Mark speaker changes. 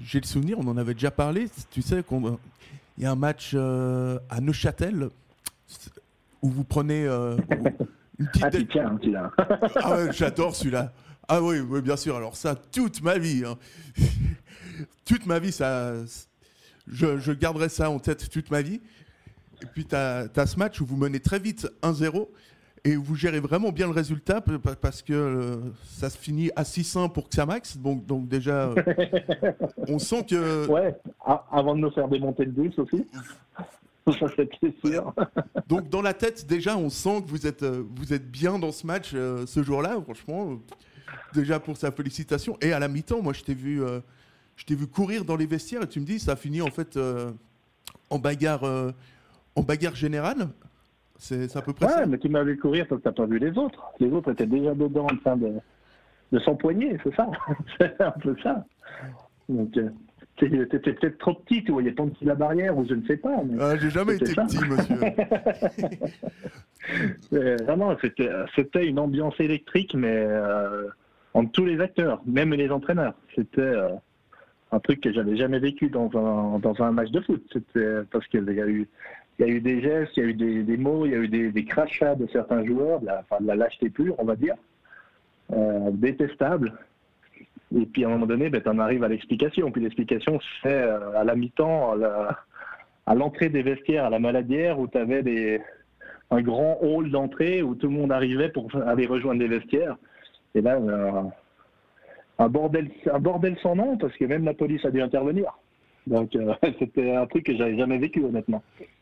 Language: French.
Speaker 1: j'ai le souvenir, on en avait déjà parlé. Tu sais il y a un match à Neuchâtel où vous prenez une petite.
Speaker 2: Ah, tu tiens, celui-là.
Speaker 1: Ah ouais, j'adore celui-là. Ah oui, oui, bien sûr. Alors ça, toute ma vie, hein. Toute ma vie, ça, je garderai ça en tête toute ma vie. Et puis tu as ce match où vous menez très vite 1-0 et vous gérez vraiment bien le résultat parce que ça se finit à 6-1 pour Xamax. Donc déjà, on sent que...
Speaker 2: Ouais, avant de nous faire démonter le bus aussi. Ça, c'est sûr.
Speaker 1: Donc dans la tête, déjà, on sent que vous êtes bien dans ce match ce jour-là, franchement. Déjà pour sa félicitation. Et à la mi-temps, moi, je t'ai vu courir dans les vestiaires et tu me dis, ça a fini en fait en bagarre générale. C'est à peu près ça.
Speaker 2: Ouais, mais tu m'as vu courir parce que t'as pas vu les autres. Les autres étaient déjà dedans en train de s'empoigner, c'est ça. C'est un peu ça. Donc, t'étais peut-être trop petit, tu voyais pas dessous la barrière ou je ne sais pas. Mais
Speaker 1: j'ai jamais été
Speaker 2: ça.
Speaker 1: petit, monsieur.
Speaker 2: Vraiment, c'était une ambiance électrique, mais entre tous les acteurs, même les entraîneurs. C'était un truc que j'avais jamais vécu dans un match de foot. C'était parce qu'il y a eu des gestes, il y a eu des mots, il y a eu des crachats de certains joueurs, de la lâcheté pure, on va dire, détestable. Et puis à un moment donné, tu en arrives à l'explication. Puis l'explication, c'est à la mi-temps, à l'entrée des vestiaires à la Maladière, où tu avais un grand hall d'entrée où tout le monde arrivait pour aller rejoindre les vestiaires. Et là, un bordel sans nom, parce que même la police a dû intervenir. Donc c'était un truc que j'avais jamais vécu, honnêtement.